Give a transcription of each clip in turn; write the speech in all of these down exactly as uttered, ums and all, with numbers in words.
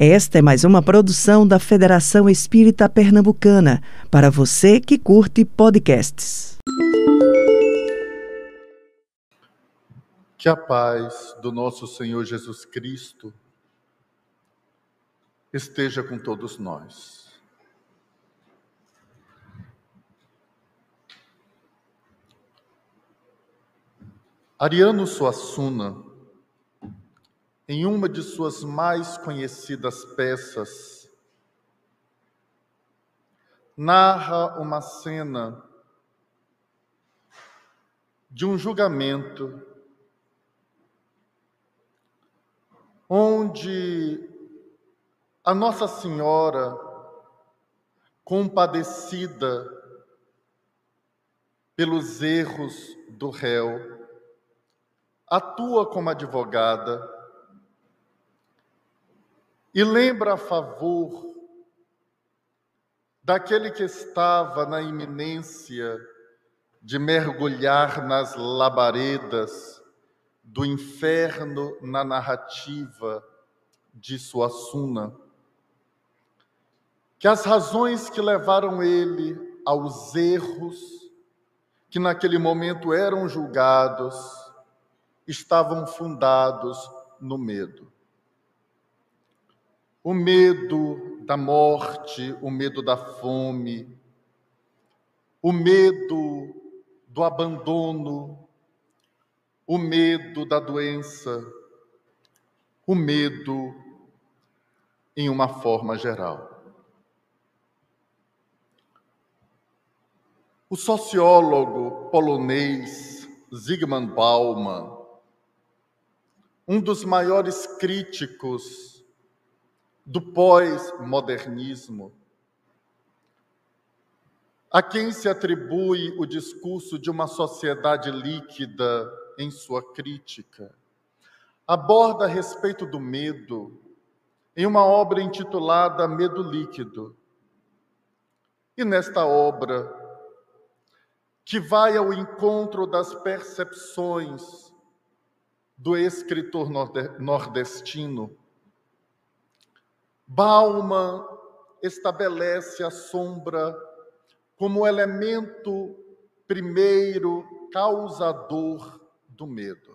Esta é mais uma produção da Federação Espírita Pernambucana, para você que curte podcasts. Que a paz do nosso Senhor Jesus Cristo esteja com todos nós. Ariano Suassuna, em uma de suas mais conhecidas peças, narra uma cena de um julgamento onde a Nossa Senhora, compadecida pelos erros do réu, atua como advogada e lembra a favor daquele que estava na iminência de mergulhar nas labaredas do inferno na narrativa de Suassuna, que as razões que levaram ele aos erros que naquele momento eram julgados estavam fundados no medo. O medo da morte, o medo da fome, o medo do abandono, o medo da doença, o medo em uma forma geral. O sociólogo polonês Zygmunt Bauman, um dos maiores críticos do pós-modernismo, a quem se atribui o discurso de uma sociedade líquida em sua crítica, aborda a respeito do medo em uma obra intitulada Medo Líquido. E nesta obra, que vai ao encontro das percepções do escritor nordestino, Bauman estabelece a sombra como elemento primeiro causador do medo.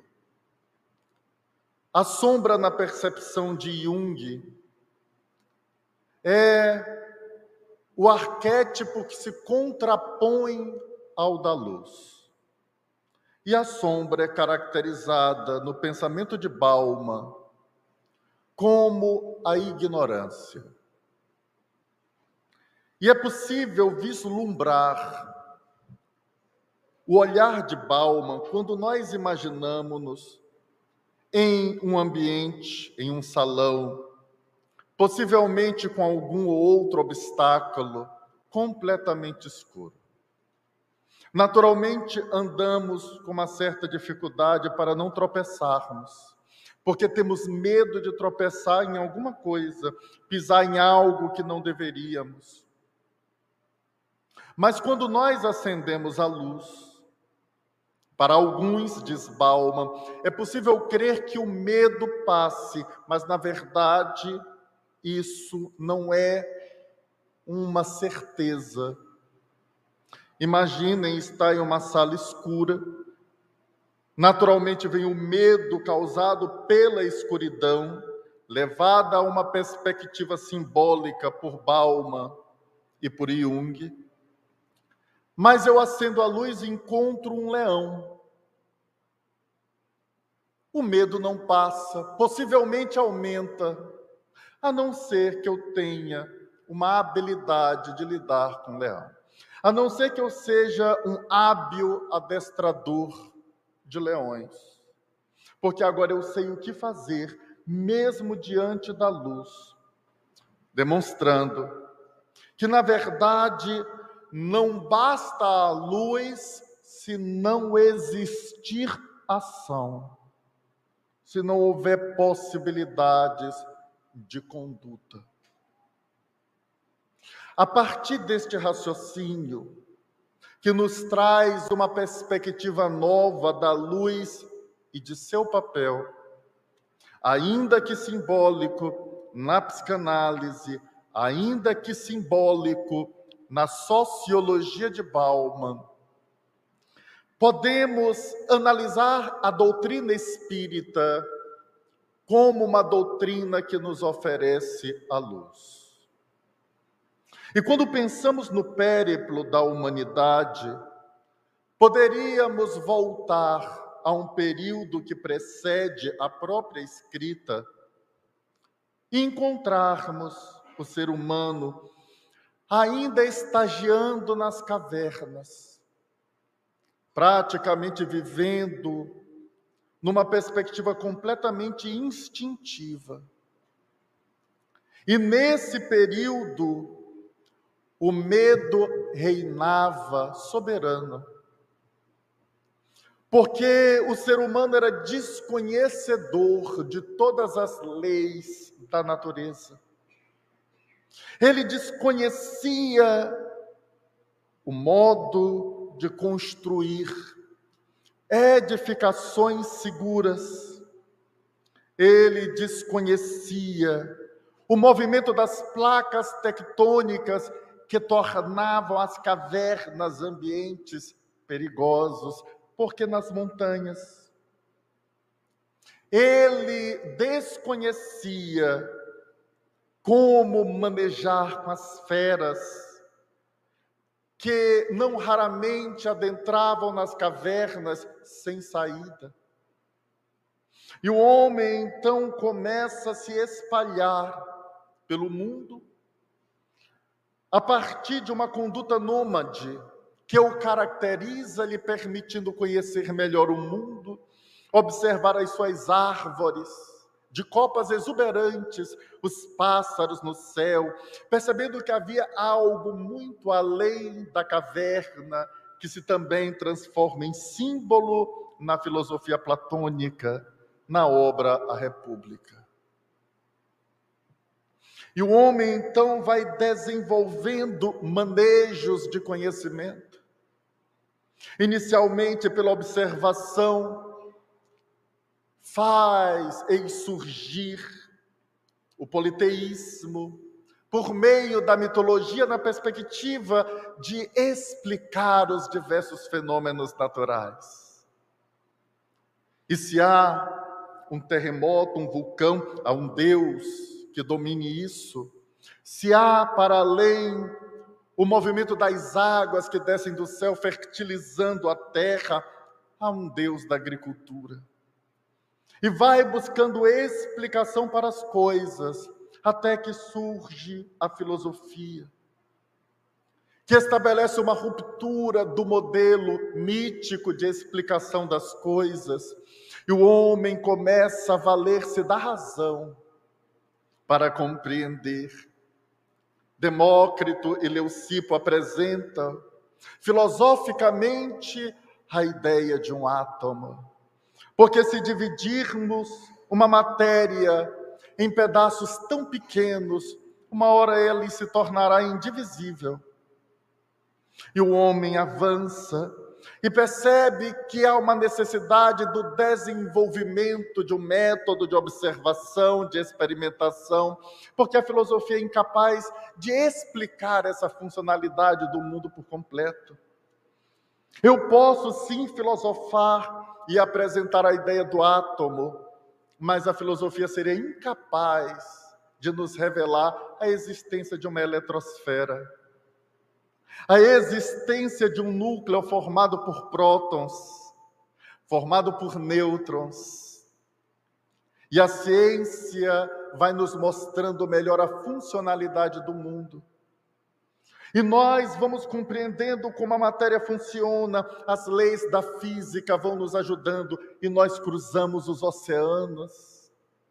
A sombra na percepção de Jung é o arquétipo que se contrapõe ao da luz. E a sombra é caracterizada no pensamento de Bauman como a ignorância. E é possível vislumbrar o olhar de Bauman quando nós imaginamos-nos em um ambiente, em um salão, possivelmente com algum outro obstáculo completamente escuro. Naturalmente, andamos com uma certa dificuldade para não tropeçarmos, porque temos medo de tropeçar em alguma coisa, pisar em algo que não deveríamos. Mas quando nós acendemos a luz, para alguns, diz Bauman, é possível crer que o medo passe, mas na verdade isso não é uma certeza. Imaginem estar em uma sala escura. Naturalmente vem o medo causado pela escuridão, levada a uma perspectiva simbólica por Bauman e por Jung. Mas eu acendo a luz e encontro um leão. O medo não passa, possivelmente aumenta, a não ser que eu tenha uma habilidade de lidar com o leão. A não ser que eu seja um hábil adestrador de leões. Porque agora eu sei o que fazer, mesmo diante da luz, demonstrando que, na verdade, não basta a luz se não existir ação, se não houver possibilidades de conduta. A partir deste raciocínio, que nos traz uma perspectiva nova da luz e de seu papel, ainda que simbólico, na psicanálise, ainda que simbólico, na sociologia de Bauman, podemos analisar a doutrina espírita como uma doutrina que nos oferece a luz. E quando pensamos no périplo da humanidade, poderíamos voltar a um período que precede a própria escrita e encontrarmos o ser humano ainda estagiando nas cavernas, praticamente vivendo numa perspectiva completamente instintiva. E nesse período, o medo reinava soberano, porque o ser humano era desconhecedor de todas as leis da natureza. Ele desconhecia o modo de construir edificações seguras. Ele desconhecia o movimento das placas tectônicas que tornavam as cavernas ambientes perigosos, porque nas montanhas. Ele desconhecia como manejar com as feras, que não raramente adentravam nas cavernas sem saída. E o homem, então, começa a se espalhar pelo mundo, a partir de uma conduta nômade, que o caracteriza, lhe permitindo conhecer melhor o mundo, observar as suas árvores, de copas exuberantes, os pássaros no céu, percebendo que havia algo muito além da caverna, que se também transforma em símbolo na filosofia platônica, na obra A República. E o homem, então, vai desenvolvendo manejos de conhecimento, inicialmente pela observação, faz surgir o politeísmo, por meio da mitologia, na perspectiva de explicar os diversos fenômenos naturais. E se há um terremoto, um vulcão, há um Deus que domine isso. Se há, para além, o movimento das águas que descem do céu, fertilizando a terra, há um Deus da agricultura. E vai buscando explicação para as coisas, até que surge a filosofia, que estabelece uma ruptura do modelo mítico de explicação das coisas, e o homem começa a valer-se da razão para compreender. Demócrito e Leucipo apresentam filosoficamente a ideia de um átomo, porque se dividirmos uma matéria em pedaços tão pequenos, uma hora ele se tornará indivisível. E o homem avança e percebe que há uma necessidade do desenvolvimento de um método de observação, de experimentação, porque a filosofia é incapaz de explicar essa funcionalidade do mundo por completo. Eu posso sim filosofar e apresentar a ideia do átomo, mas a filosofia seria incapaz de nos revelar a existência de uma eletrosfera, a existência de um núcleo formado por prótons, formado por nêutrons. E a ciência vai nos mostrando melhor a funcionalidade do mundo. E nós vamos compreendendo como a matéria funciona, as leis da física vão nos ajudando, e nós cruzamos os oceanos.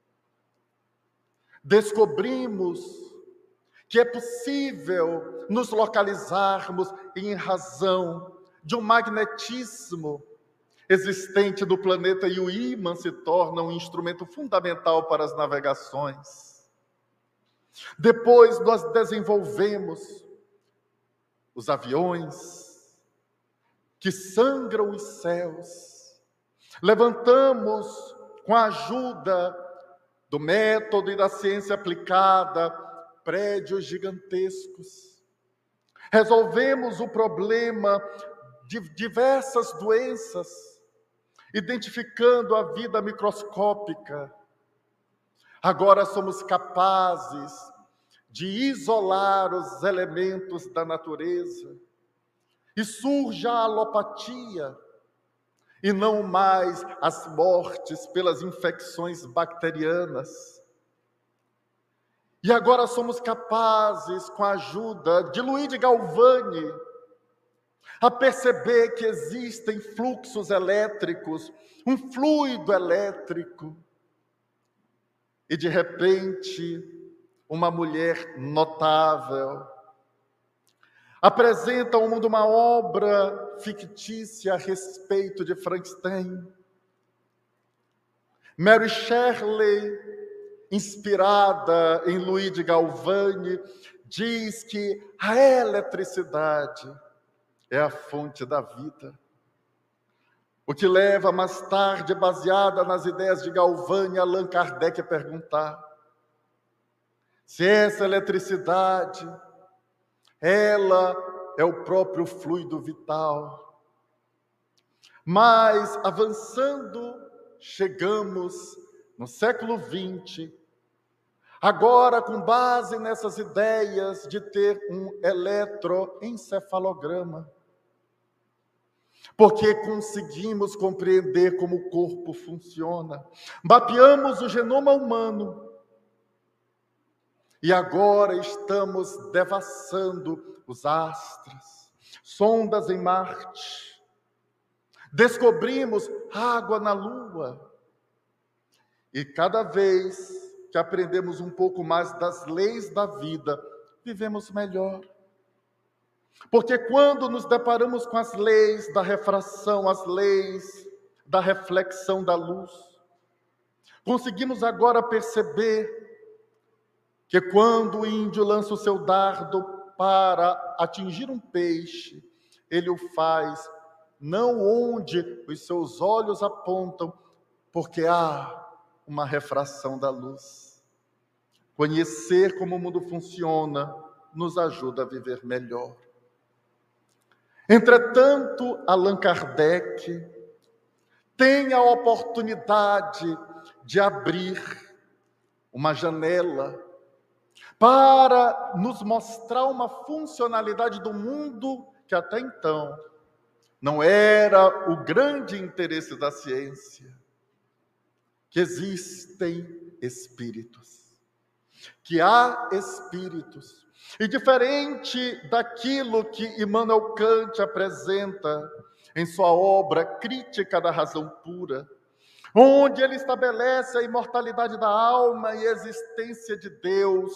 Descobrimos que é possível nos localizarmos em razão de um magnetismo existente do planeta, e o ímã se torna um instrumento fundamental para as navegações. Depois nós desenvolvemos os aviões que sangram os céus. Levantamos, com a ajuda do método e da ciência aplicada, prédios gigantescos. Resolvemos o problema de diversas doenças, identificando a vida microscópica. Agora somos capazes de isolar os elementos da natureza e surge a alopatia, e não mais as mortes pelas infecções bacterianas. E agora somos capazes, com a ajuda de Luigi Galvani, a perceber que existem fluxos elétricos, um fluido elétrico. E de repente, uma mulher notável apresenta ao mundo uma obra fictícia a respeito de Frankenstein. Mary Shelley, inspirada em Luigi Galvani, diz que a eletricidade é a fonte da vida. O que leva mais tarde, baseada nas ideias de Galvani, Allan Kardec a perguntar se essa eletricidade, ela é o próprio fluido vital. Mas, avançando, chegamos no século vinte, agora com base nessas ideias de ter um eletroencefalograma, porque conseguimos compreender como o corpo funciona. Mapeamos o genoma humano e agora estamos devassando os astros, sondas em Marte. Descobrimos água na Lua. E cada vez que aprendemos um pouco mais das leis da vida, vivemos melhor. Porque quando nos deparamos com as leis da refração, as leis da reflexão da luz, conseguimos agora perceber que quando o índio lança o seu dardo para atingir um peixe, ele o faz não onde os seus olhos apontam, porque há uma refração da luz. Conhecer como o mundo funciona nos ajuda a viver melhor. Entretanto, Allan Kardec tem a oportunidade de abrir uma janela para nos mostrar uma funcionalidade do mundo que até então não era o grande interesse da ciência, que existem espíritos, que há espíritos. E diferente daquilo que Immanuel Kant apresenta em sua obra Crítica da Razão Pura, onde ele estabelece a imortalidade da alma e a existência de Deus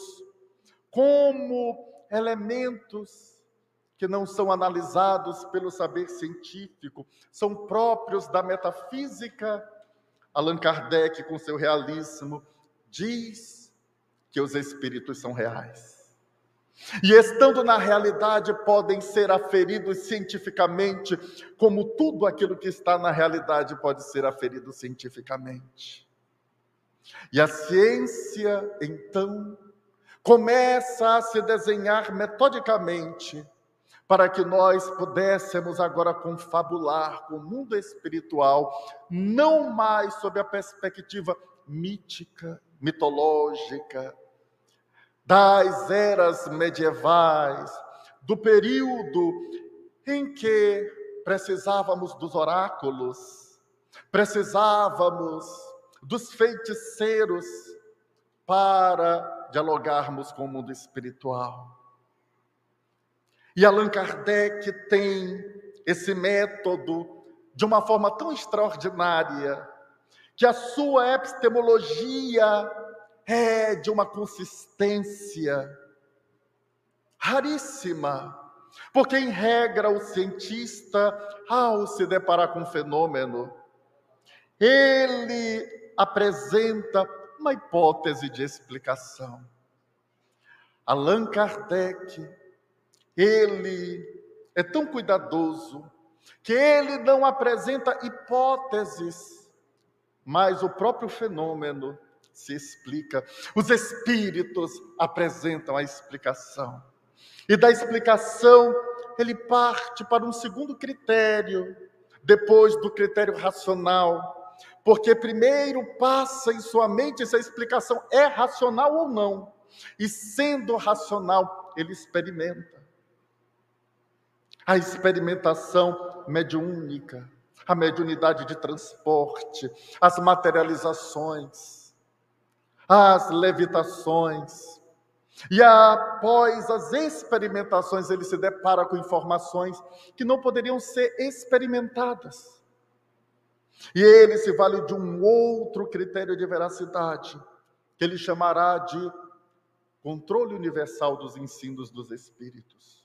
como elementos que não são analisados pelo saber científico, são próprios da metafísica, Allan Kardec, com seu realismo, diz que os espíritos são reais. E estando na realidade, podem ser aferidos cientificamente, como tudo aquilo que está na realidade pode ser aferido cientificamente. E a ciência, então, começa a se desenhar metodicamente para que nós pudéssemos agora confabular com o mundo espiritual, não mais sob a perspectiva mítica, mitológica, das eras medievais, do período em que precisávamos dos oráculos, precisávamos dos feiticeiros para dialogarmos com o mundo espiritual. E Allan Kardec tem esse método de uma forma tão extraordinária, que a sua epistemologia é de uma consistência raríssima, porque em regra o cientista, ao se deparar com um fenômeno, ele apresenta uma hipótese de explicação. Allan Kardec, ele é tão cuidadoso que ele não apresenta hipóteses, mas o próprio fenômeno se explica. Os espíritos apresentam a explicação. E da explicação, ele parte para um segundo critério, depois do critério racional. Porque primeiro passa em sua mente se a explicação é racional ou não. E sendo racional, ele experimenta. A experimentação mediúnica, a mediunidade de transporte, as materializações, as levitações. E após as experimentações, ele se depara com informações que não poderiam ser experimentadas. E ele se vale de um outro critério de veracidade, que ele chamará de controle universal dos ensinos dos espíritos.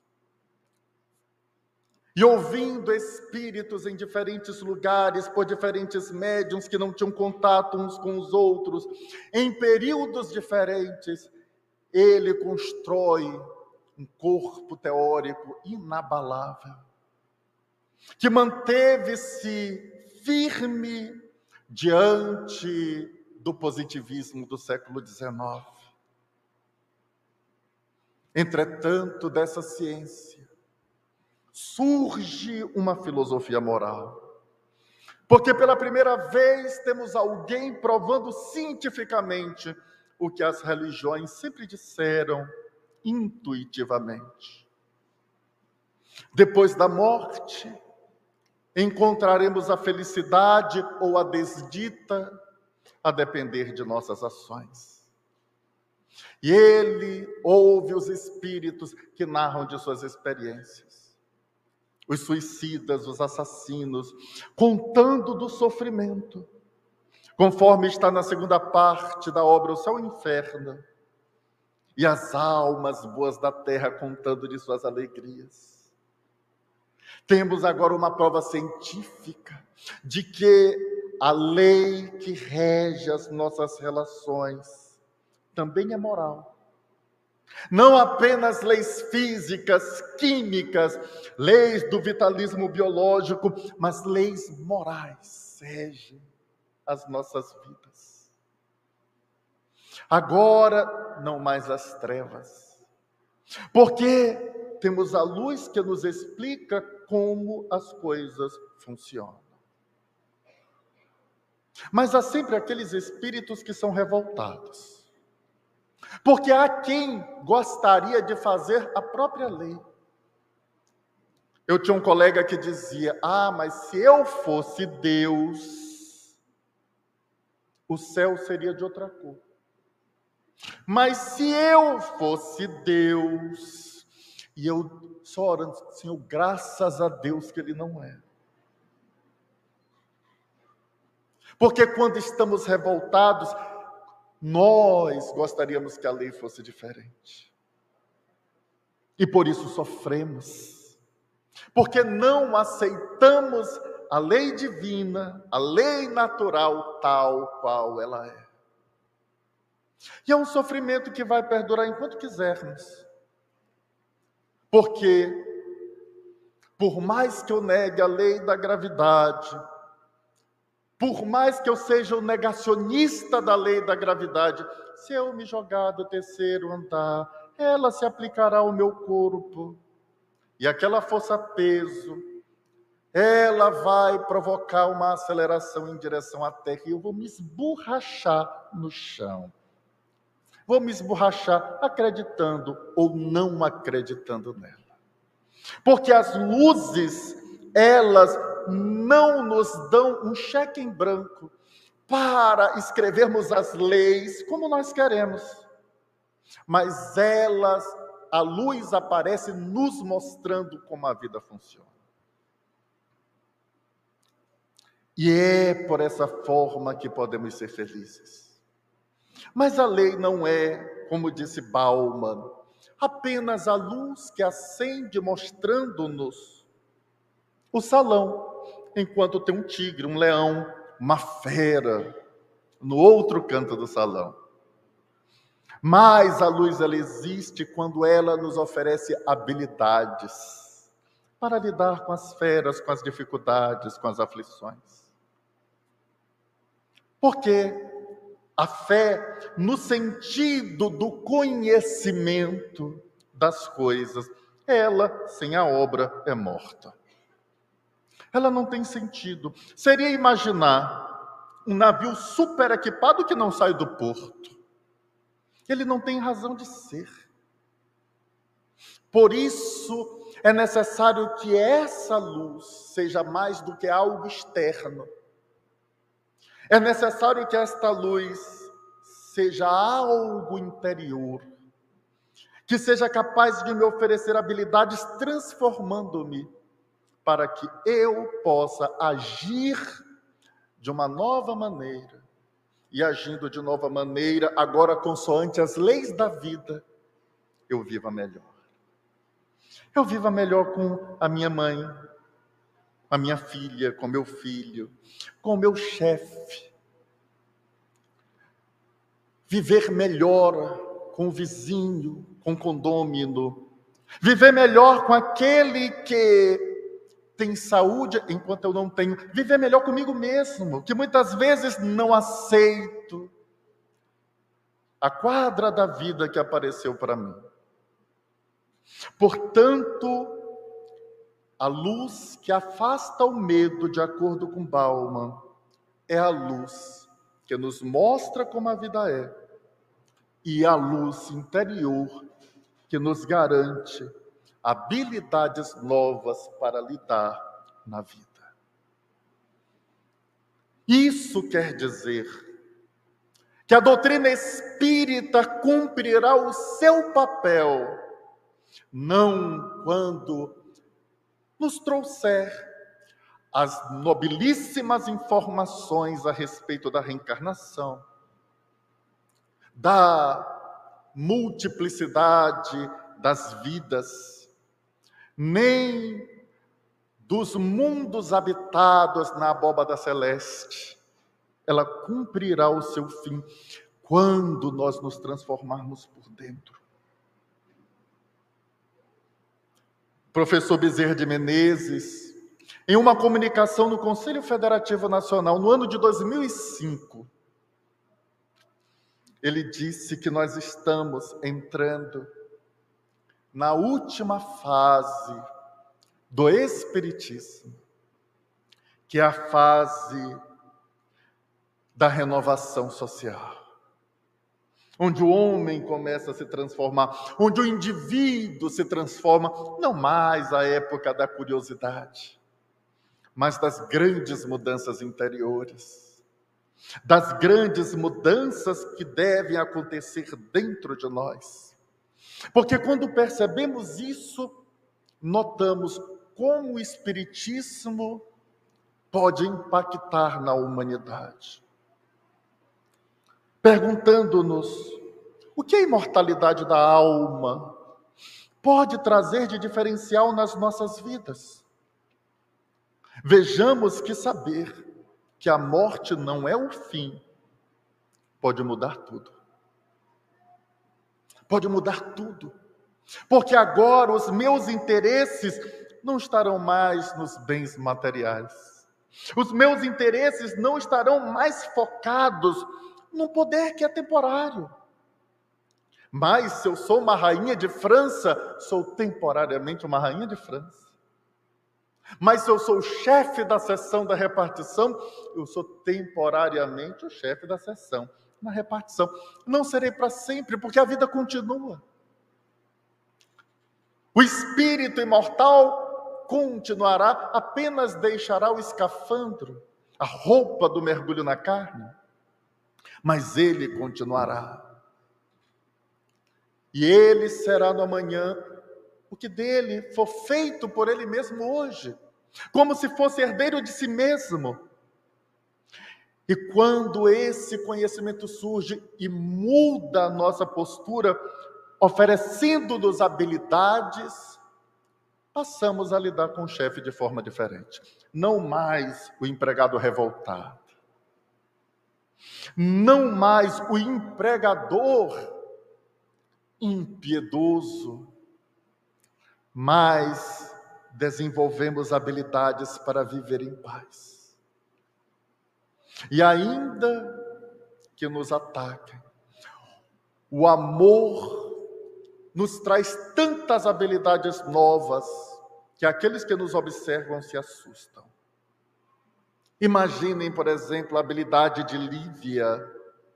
E ouvindo espíritos em diferentes lugares, por diferentes médiuns que não tinham contato uns com os outros, em períodos diferentes, ele constrói um corpo teórico inabalável, que manteve-se firme diante do positivismo do século dezenove. Entretanto, dessa ciência, surge uma filosofia moral. Porque pela primeira vez temos alguém provando cientificamente o que as religiões sempre disseram intuitivamente. Depois da morte, encontraremos a felicidade ou a desdita, a depender de nossas ações. E ele ouve os espíritos que narram de suas experiências. Os suicidas, os assassinos, contando do sofrimento, conforme está na segunda parte da obra O Céu e o Inferno, e as almas boas da terra contando de suas alegrias. Temos agora uma prova científica de que a lei que rege as nossas relações também é moral. Não apenas leis físicas, químicas, leis do vitalismo biológico, mas leis morais regem as nossas vidas. Agora, não mais as trevas, porque temos a luz que nos explica como as coisas funcionam. Mas há sempre aqueles espíritos que são revoltados. Porque há quem gostaria de fazer a própria lei. Eu tinha um colega que dizia: ah, mas se eu fosse Deus, o céu seria de outra cor. Mas se eu fosse Deus, e eu só orando, Senhor, graças a Deus que Ele não é. Porque quando estamos revoltados, nós gostaríamos que a lei fosse diferente. E por isso sofremos. Porque não aceitamos a lei divina, a lei natural tal qual ela é. E é um sofrimento que vai perdurar enquanto quisermos. Porque, por mais que eu negue a lei da gravidade, por mais que eu seja o negacionista da lei da gravidade, se eu me jogar do terceiro andar, ela se aplicará ao meu corpo. E aquela força-peso, ela vai provocar uma aceleração em direção à Terra e eu vou me esborrachar no chão. Vou me esborrachar acreditando ou não acreditando nela. Porque as luzes, elas não nos dão um cheque em branco para escrevermos as leis como nós queremos. Mas elas, a luz aparece nos mostrando como a vida funciona. E é por essa forma que podemos ser felizes. Mas a lei não é, como disse Bauman, apenas a luz que acende mostrando-nos o salão, enquanto tem um tigre, um leão, uma fera no outro canto do salão. Mas a luz, ela existe quando ela nos oferece habilidades para lidar com as feras, com as dificuldades, com as aflições. Por quê? A fé no sentido do conhecimento das coisas, ela, sem a obra, é morta. Ela não tem sentido. Seria imaginar um navio super equipado que não sai do porto. Ele não tem razão de ser. Por isso, é necessário que essa luz seja mais do que algo externo. É necessário que esta luz seja algo interior, que seja capaz de me oferecer habilidades transformando-me, para que eu possa agir de uma nova maneira, e agindo de nova maneira, agora consoante as leis da vida, eu viva melhor. Eu viva melhor com a minha mãe, a minha filha, com meu filho, com o meu chefe. Viver melhor com o vizinho, com o condômino. Viver melhor com aquele que tem saúde enquanto eu não tenho. Viver melhor comigo mesmo, que muitas vezes não aceito a quadra da vida que apareceu para mim. Portanto, a luz que afasta o medo, de acordo com Bauman, é a luz que nos mostra como a vida é, e a luz interior que nos garante habilidades novas para lidar na vida. Isso quer dizer que a doutrina espírita cumprirá o seu papel, não quando nos trouxer as nobilíssimas informações a respeito da reencarnação, da multiplicidade das vidas, nem dos mundos habitados na abóbada celeste. Ela cumprirá o seu fim quando nós nos transformarmos por dentro. Professor Bezerra de Menezes, em uma comunicação no Conselho Federativo Nacional, no ano de dois mil e cinco, ele disse que nós estamos entrando na última fase do Espiritismo, que é a fase da renovação social, onde o homem começa a se transformar, onde o indivíduo se transforma, não mais a época da curiosidade, mas das grandes mudanças interiores, das grandes mudanças que devem acontecer dentro de nós. Porque quando percebemos isso, notamos como o Espiritismo pode impactar na humanidade. Perguntando-nos o que a imortalidade da alma pode trazer de diferencial nas nossas vidas. Vejamos que saber que a morte não é o fim pode mudar tudo. Pode mudar tudo. Porque agora os meus interesses não estarão mais nos bens materiais. Os meus interesses não estarão mais focados num poder que é temporário. Mas se eu sou uma rainha de França, sou temporariamente uma rainha de França. Mas se eu sou o chefe da seção da repartição, eu sou temporariamente o chefe da seção na repartição. Não serei para sempre, porque a vida continua. O espírito imortal continuará, apenas deixará o escafandro, a roupa do mergulho na carne, mas ele continuará. E ele será no amanhã o que dele for feito por ele mesmo hoje, como se fosse herdeiro de si mesmo. E quando esse conhecimento surge e muda a nossa postura, oferecendo-nos habilidades, passamos a lidar com o chefe de forma diferente. Não mais o empregado revoltado. Não mais o empregador impiedoso. Mas desenvolvemos habilidades para viver em paz. E ainda que nos ataquem. O amor nos traz tantas habilidades novas que aqueles que nos observam se assustam. Imaginem, por exemplo, a habilidade de Lívia.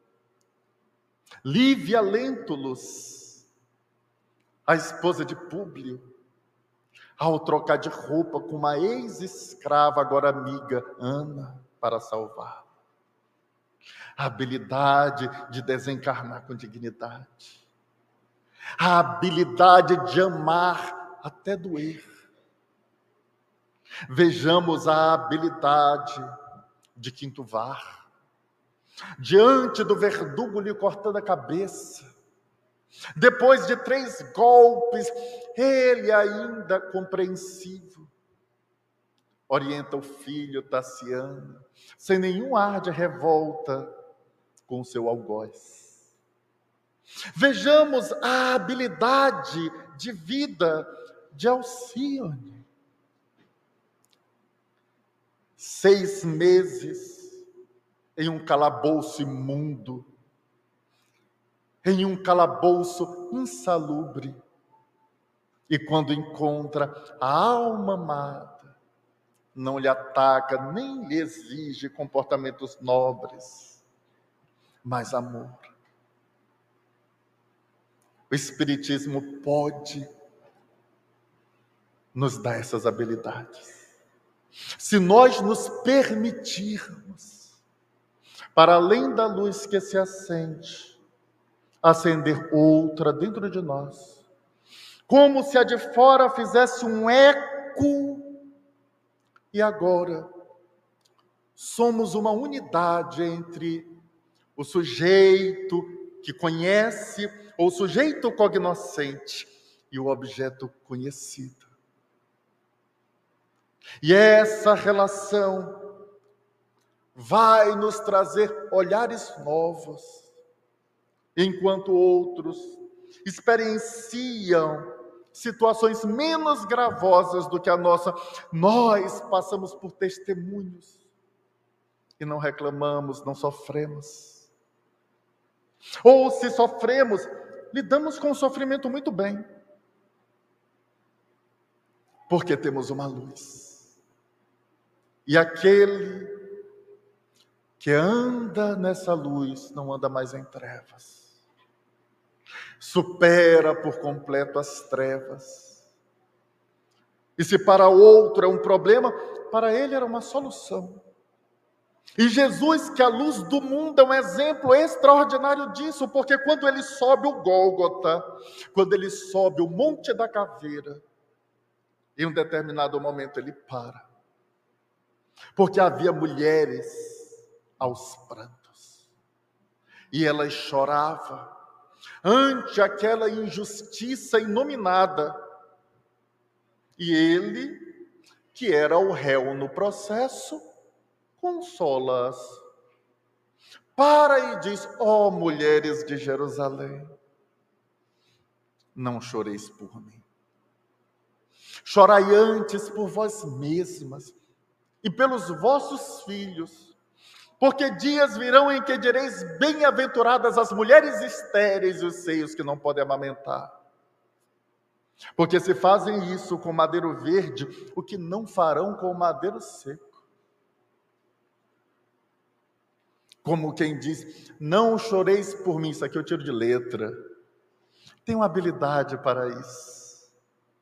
Lívia Lentulus, a esposa de Públio, ao trocar de roupa com uma ex-escrava, agora amiga, Ana, para salvar. A habilidade de desencarnar com dignidade. A habilidade de amar até doer. Vejamos a habilidade de Quinto Var. Diante do verdugo lhe cortando a cabeça, depois de três golpes, ele ainda compreensivo, orienta o filho Tassiano, sem nenhum ar de revolta, com o seu algoz. Vejamos a habilidade de vida de Alcione. Seis meses em um calabouço imundo, em um calabouço insalubre, e quando encontra a alma amada, não lhe ataca, nem lhe exige comportamentos nobres, mas amor. O Espiritismo pode nos dar essas habilidades, se nós nos permitirmos, para além da luz que se acende, acender outra dentro de nós, como se a de fora fizesse um eco, e agora somos uma unidade entre o sujeito que conhece, ou o sujeito cognoscente, e o objeto conhecido. E essa relação vai nos trazer olhares novos, enquanto outros experienciam situações menos gravosas do que a nossa. Nós passamos por testemunhos e não reclamamos, não sofremos. Ou se sofremos, lidamos com o sofrimento muito bem, porque temos uma luz. E aquele que anda nessa luz não anda mais em trevas. Supera por completo as trevas. E se para outro é um problema, para ele era uma solução. E Jesus, que é a luz do mundo, é um exemplo extraordinário disso, porque quando ele sobe o Gólgota, quando ele sobe o Monte da Caveira, em um determinado momento ele para. Porque havia mulheres aos prantos, e elas choravam ante aquela injustiça inominada, e ele, que era o réu no processo, consola-as. Para e diz: ó mulheres de Jerusalém, não choreis por mim, chorai antes por vós mesmas e pelos vossos filhos, porque dias virão em que direis: bem-aventuradas as mulheres estéreis e os seios que não podem amamentar. Porque se fazem isso com madeiro verde, o que não farão com o madeiro seco? Como quem diz: não choreis por mim. Isso aqui eu tiro de letra. Tenho habilidade para isso.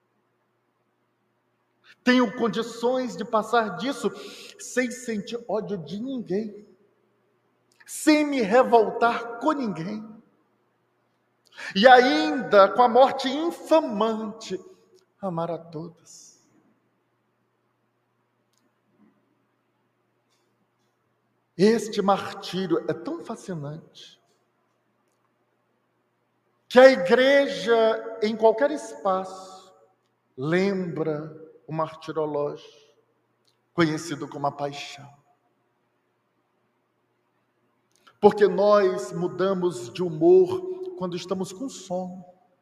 Tenho condições de passar disso sem sentir ódio de ninguém, sem me revoltar com ninguém, e ainda com a morte infamante, amar a todas. Este martírio é tão fascinante que a igreja, em qualquer espaço, lembra o martirológio, conhecido como a paixão. Porque nós mudamos de humor quando estamos com sono.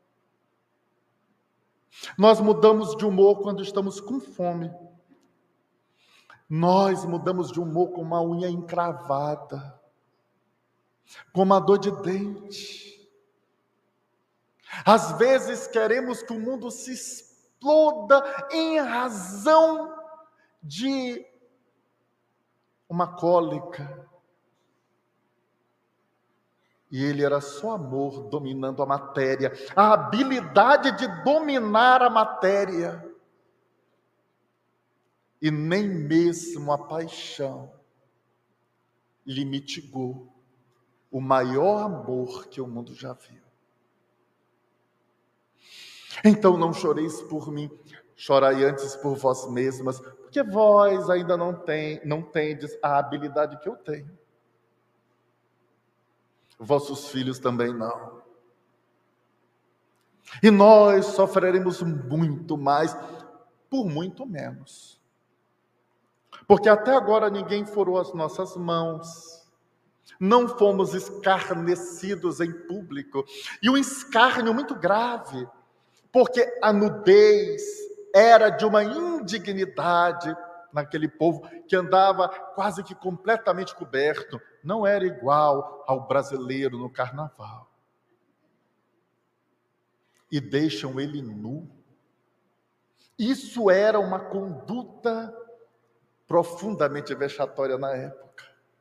Nós mudamos de humor quando estamos com fome. Nós mudamos de humor com uma unha encravada. como a dor de dente. Às vezes queremos que o mundo se exploda em razão de uma cólica. E ele era só amor dominando a matéria, a habilidade de dominar a matéria. E nem mesmo a paixão lhe mitigou o maior amor que o mundo já viu. Então não choreis por mim, chorai antes por vós mesmas, porque vós ainda não, tem, não tendes a habilidade que eu tenho. Vossos filhos também não. E nós sofreremos muito mais, por muito menos. Porque até agora ninguém furou as nossas mãos. Não fomos escarnecidos em público. E um escárnio muito grave, porque a nudez era de uma indignidade naquele povo que andava quase que completamente coberto. Não era igual ao brasileiro no carnaval. E deixam ele nu. Isso era uma conduta profundamente vexatória na época.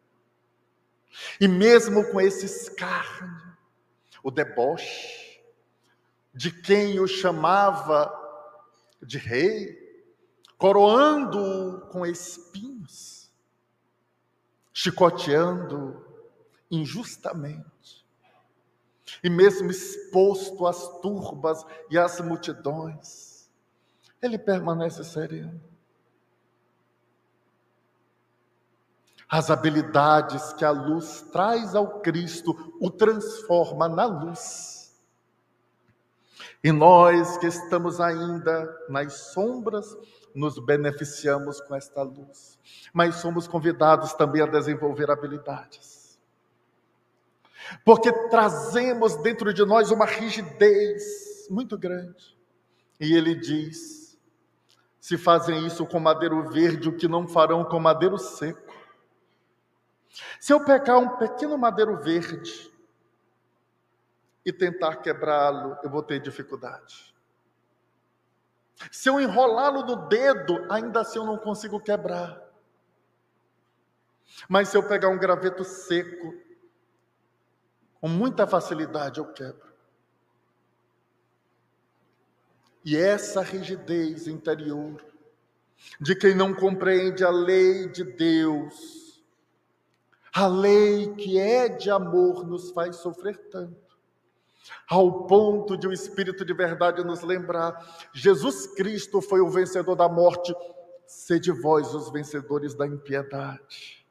E mesmo com esse escárnio, o deboche de quem o chamava de rei, coroando-o com espinhos, chicoteando injustamente, e mesmo exposto às turbas e às multidões, ele permanece sereno. As habilidades que a luz traz ao Cristo o transforma na luz. E nós que estamos ainda nas sombras, nos beneficiamos com esta luz. Mas somos convidados também a desenvolver habilidades. Porque trazemos dentro de nós uma rigidez muito grande. E ele diz, se fazem isso com madeiro verde, o que não farão com madeiro seco? Se eu pegar um pequeno madeiro verde e tentar quebrá-lo, eu vou ter dificuldade. Se eu enrolá-lo no dedo, ainda assim eu não consigo quebrar. Mas se eu pegar um graveto seco, com muita facilidade eu quebro. E essa rigidez interior de quem não compreende a lei de Deus, a lei que é de amor, nos faz sofrer tanto, ao ponto de o Espírito de verdade nos lembrar, Jesus Cristo foi o vencedor da morte, sede vós os vencedores da impiedade.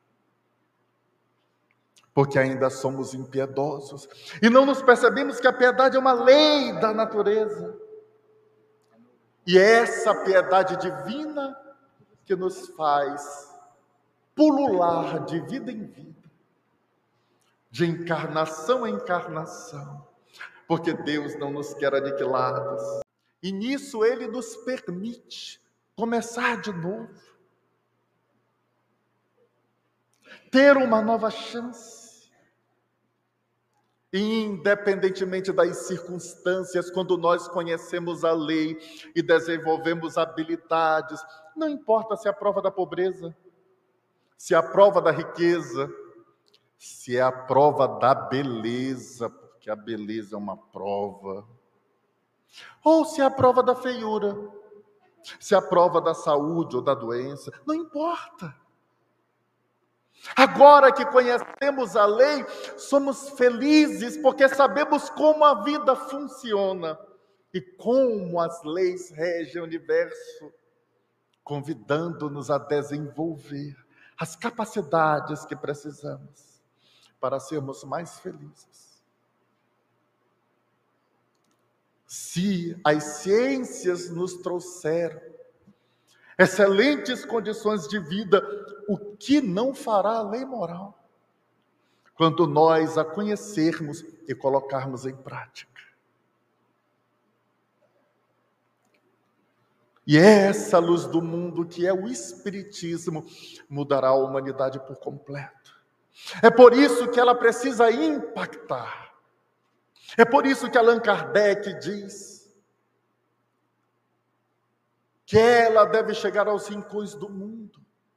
Porque ainda somos impiedosos, e não nos percebemos que a piedade é uma lei da natureza, e é essa piedade divina que nos faz pulular de vida em vida, de encarnação em encarnação, porque Deus não nos quer aniquilados. E nisso Ele nos permite começar de novo, ter uma nova chance. E independentemente das circunstâncias, quando nós conhecemos a lei e desenvolvemos habilidades, não importa se é a prova da pobreza, se é a prova da riqueza, se é a prova da beleza, porque a beleza é uma prova, ou se é a prova da feiura, se é a prova da saúde ou da doença, não importa. Agora que conhecemos a lei, somos felizes porque sabemos como a vida funciona e como as leis regem o universo, convidando-nos a desenvolver as capacidades que precisamos para sermos mais felizes. Se as ciências nos trouxeram excelentes condições de vida, o que não fará a lei moral quando nós a conhecermos e colocarmos em prática? E essa luz do mundo, que é o Espiritismo, mudará a humanidade por completo. É por isso que ela precisa impactar. É por isso que Allan Kardec diz que ela deve chegar aos rincões do mundo.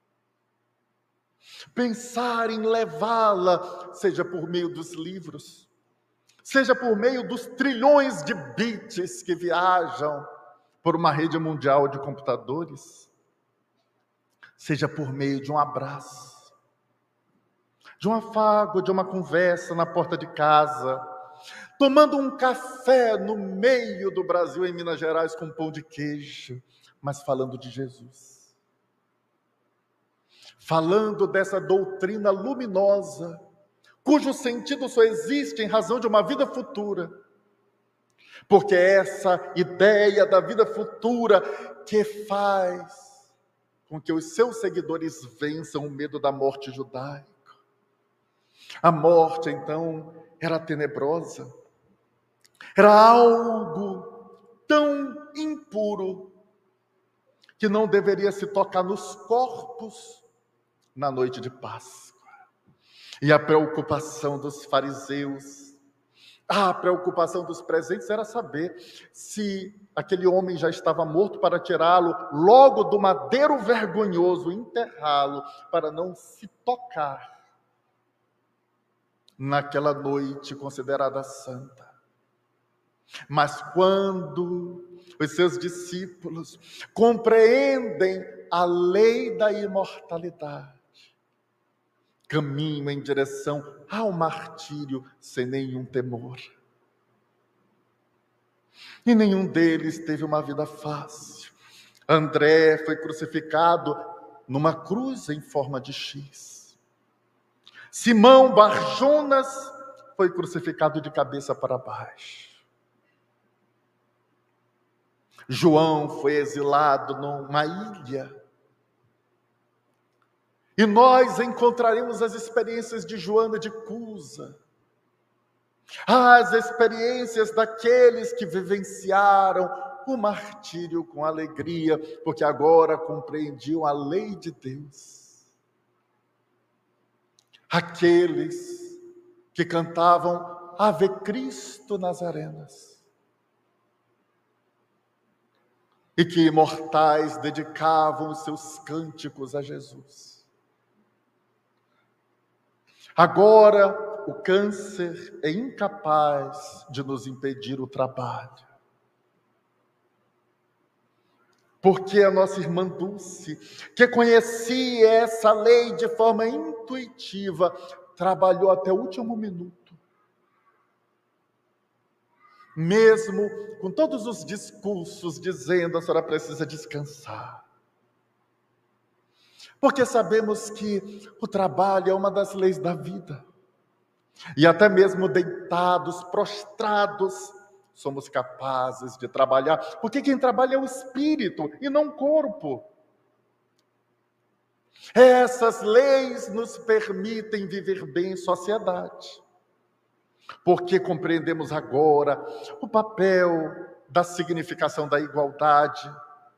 Pensar em levá-la, seja por meio dos livros, seja por meio dos trilhões de bits que viajam por uma rede mundial de computadores, seja por meio de um abraço, de um afago, de uma conversa na porta de casa, tomando um café no meio do Brasil, em Minas Gerais, com pão de queijo, mas falando de Jesus. Falando dessa doutrina luminosa, cujo sentido só existe em razão de uma vida futura. Porque é essa ideia da vida futura que faz com que os seus seguidores vençam o medo da morte judaica. A morte, então, era tenebrosa. Era algo tão impuro que não deveria se tocar nos corpos na noite de Páscoa. E a preocupação dos fariseus, a preocupação dos presentes era saber se aquele homem já estava morto para tirá-lo logo do madeiro vergonhoso, enterrá-lo, para não se tocar naquela noite considerada santa. Mas quando os seus discípulos compreendem a lei da imortalidade, caminham em direção ao martírio sem nenhum temor. E nenhum deles teve uma vida fácil. André foi crucificado numa cruz em forma de X. Simão Barjonas foi crucificado de cabeça para baixo. João foi exilado numa ilha. E nós encontraremos as experiências de Joana de Cusa, as experiências daqueles que vivenciaram o martírio com alegria, porque agora compreendiam a lei de Deus. Aqueles que cantavam Ave Cristo nas arenas, e que imortais dedicavam os seus cânticos a Jesus. Agora, o câncer é incapaz de nos impedir o trabalho. Porque a nossa irmã Dulce, que conhecia essa lei de forma intuitiva, trabalhou até o último minuto. Mesmo com todos os discursos dizendo a senhora precisa descansar. Porque sabemos que o trabalho é uma das leis da vida. E até mesmo deitados, prostrados, somos capazes de trabalhar. Porque quem trabalha é o espírito e não o corpo. Essas leis nos permitem viver bem em sociedade. Porque compreendemos agora o papel da significação da igualdade.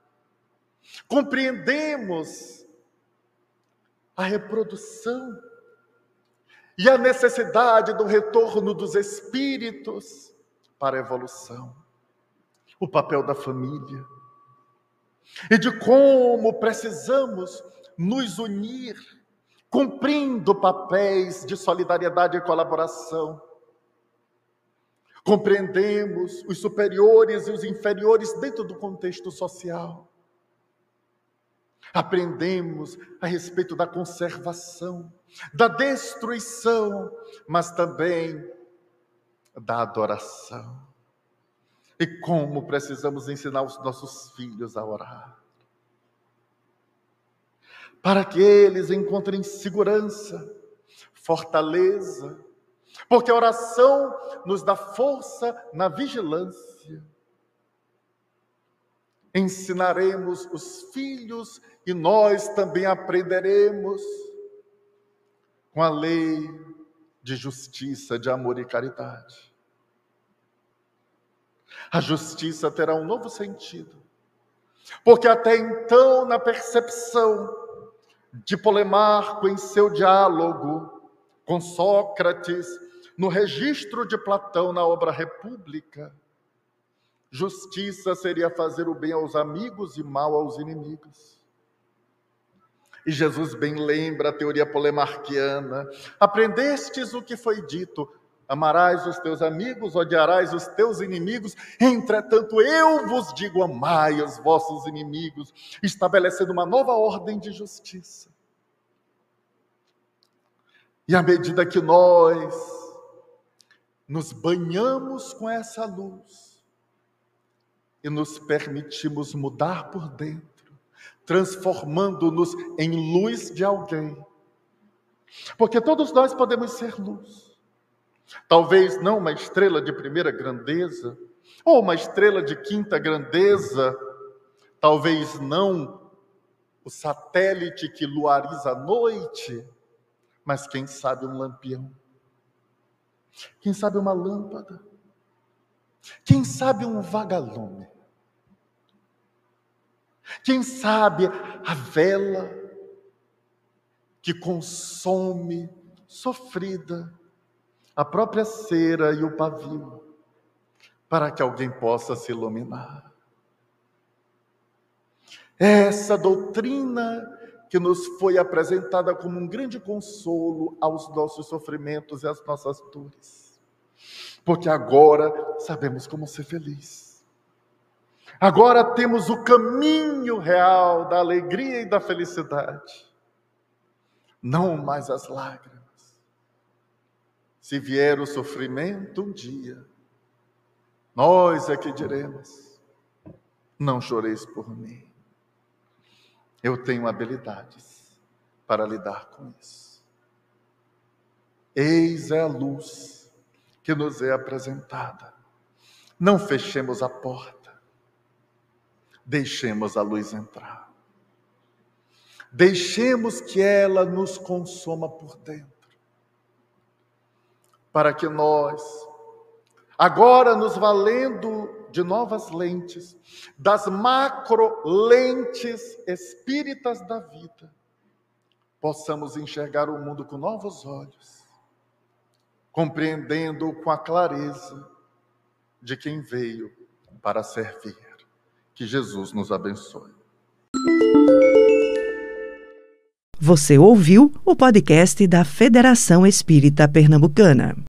Compreendemos a reprodução e a necessidade do retorno dos espíritos para a evolução. O papel da família. E de como precisamos nos unir, cumprindo papéis de solidariedade e colaboração. Compreendemos os superiores e os inferiores dentro do contexto social. Aprendemos a respeito da conservação, da destruição, mas também da adoração. E como precisamos ensinar os nossos filhos a orar. Para que eles encontrem segurança, fortaleza, porque a oração nos dá força na vigilância. Ensinaremos os filhos e nós também aprenderemos com a lei de justiça, de amor e caridade. A justiça terá um novo sentido, porque até então, na percepção de Polemarco em seu diálogo com Sócrates, no registro de Platão na obra República. Justiça seria fazer o bem aos amigos e mal aos inimigos. E Jesus bem lembra a teoria polemarquiana: aprendestes o que foi dito, amarás os teus amigos, odiarás os teus inimigos, entretanto eu vos digo, amai os vossos inimigos, estabelecendo uma nova ordem de justiça. E à medida que nós nos banhamos com essa luz e nos permitimos mudar por dentro, transformando-nos em luz de alguém, porque todos nós podemos ser luz. Talvez não uma estrela de primeira grandeza, ou uma estrela de quinta grandeza, talvez não o satélite que luariza a noite, mas quem sabe um lampião, quem sabe uma lâmpada, quem sabe um vagalume, quem sabe a vela que consome, sofrida, a própria cera e o pavio, para que alguém possa se iluminar. Essa doutrina que nos foi apresentada como um grande consolo aos nossos sofrimentos e às nossas dores. Porque agora sabemos como ser feliz. Agora temos o caminho real da alegria e da felicidade. Não mais as lágrimas. Se vier o sofrimento um dia, nós é que diremos: não choreis por mim. Eu tenho habilidades para lidar com isso. Eis é a luz que nos é apresentada. Não fechemos a porta. Deixemos a luz entrar. Deixemos que ela nos consuma por dentro. Para que nós, agora nos valendo de novas lentes, das macro lentes espíritas da vida, possamos enxergar o mundo com novos olhos, compreendendo com a clareza de quem veio para servir. Que Jesus nos abençoe. Você ouviu o podcast da Federação Espírita Pernambucana.